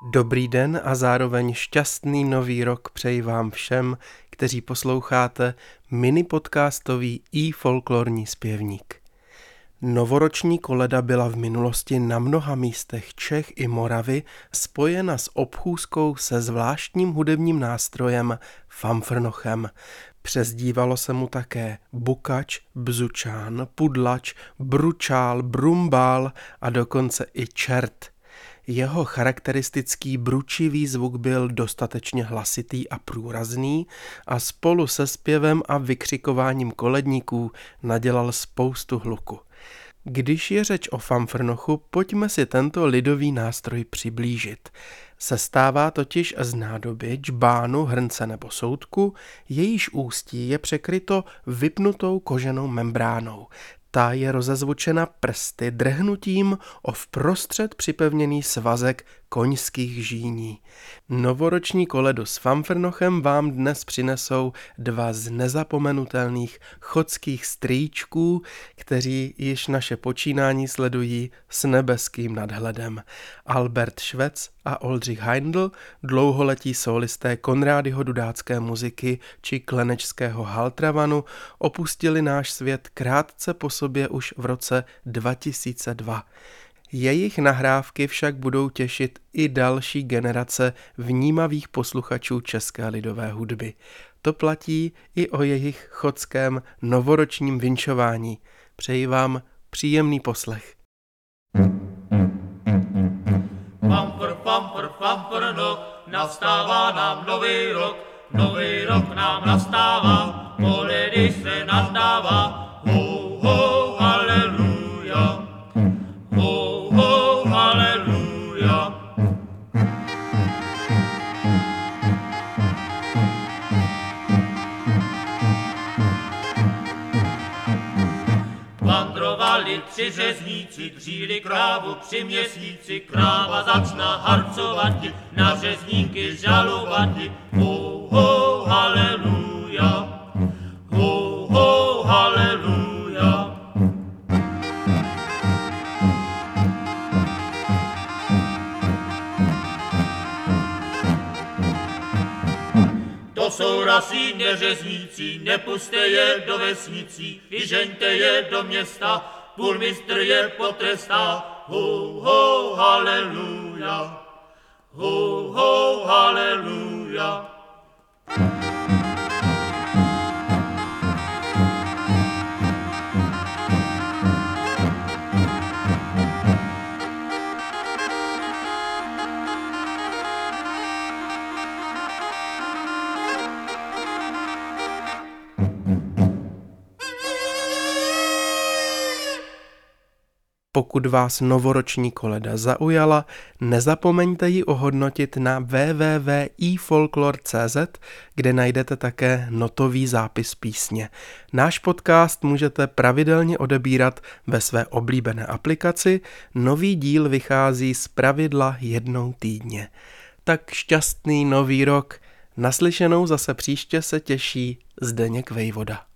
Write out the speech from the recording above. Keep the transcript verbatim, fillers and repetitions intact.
Dobrý den a zároveň šťastný nový rok přeji vám všem, kteří posloucháte mini podcastový i folklorní zpěvník. Novoroční koleda byla v minulosti na mnoha místech Čech i Moravy spojena s obchůzkou se zvláštním hudebním nástrojem fanfrnochem. Přezdívalo se mu také bukač, bzučán, pudlač, bručál, brumbál a dokonce i čert. Jeho charakteristický bručivý zvuk byl dostatečně hlasitý a průrazný a spolu se zpěvem a vykřikováním koledníků nadělal spoustu hluku. Když je řeč o fanfrnochu, pojďme si tento lidový nástroj přiblížit. Sestává totiž z nádoby, džbánu, hrnce nebo soudku, jejíž ústí je překryto vypnutou koženou membránou. Ta je rozezvučena prsty drhnutím o vprostřed připevněný svazek koňských žíní. Novoroční koledu s fanfrnochem vám dnes přinesou dva z nezapomenutelných chodských strýčků, kteří již naše počínání sledují s nebeským nadhledem. Albert Švec a Oldřich Heindl, dlouholetí sólisté Konrádyho dudácké muziky či klenečského haltravanu, opustili náš svět krátce po sobě už v roce dva tisíce dva. Jejich nahrávky však budou těšit i další generace vnímavých posluchačů české lidové hudby. To platí i o jejich chodském novoročním vinšování. Přeji vám příjemný poslech. Fanfr, fanfr, fanfrnoch, nastává nám nový rok, nový rok nám nastává, koledy se nadává, ho, ho, haleluja, ho, ho, haleluja. Vandrovali tři řezníci, dříli krávu při měsíci, kráva začna harcovati, na řezníky žalovati, ho, ho, haleluja, ho, ho, haleluja. To jsou rasíně řezníci, nepuste je do vesnicí, vyžeňte je do města, půlmistr je potrestá, ho, ho, haleluja, ho, ho, haleluja. Pokud vás novoroční koleda zaujala, nezapomeňte ji ohodnotit na w w w tečka i folklor tečka c z, kde najdete také notový zápis písně. Náš podcast můžete pravidelně odebírat ve své oblíbené aplikaci, nový díl vychází zpravidla jednou týdně. Tak šťastný nový rok, naslyšenou zase příště se těší Zdeněk Vejvoda.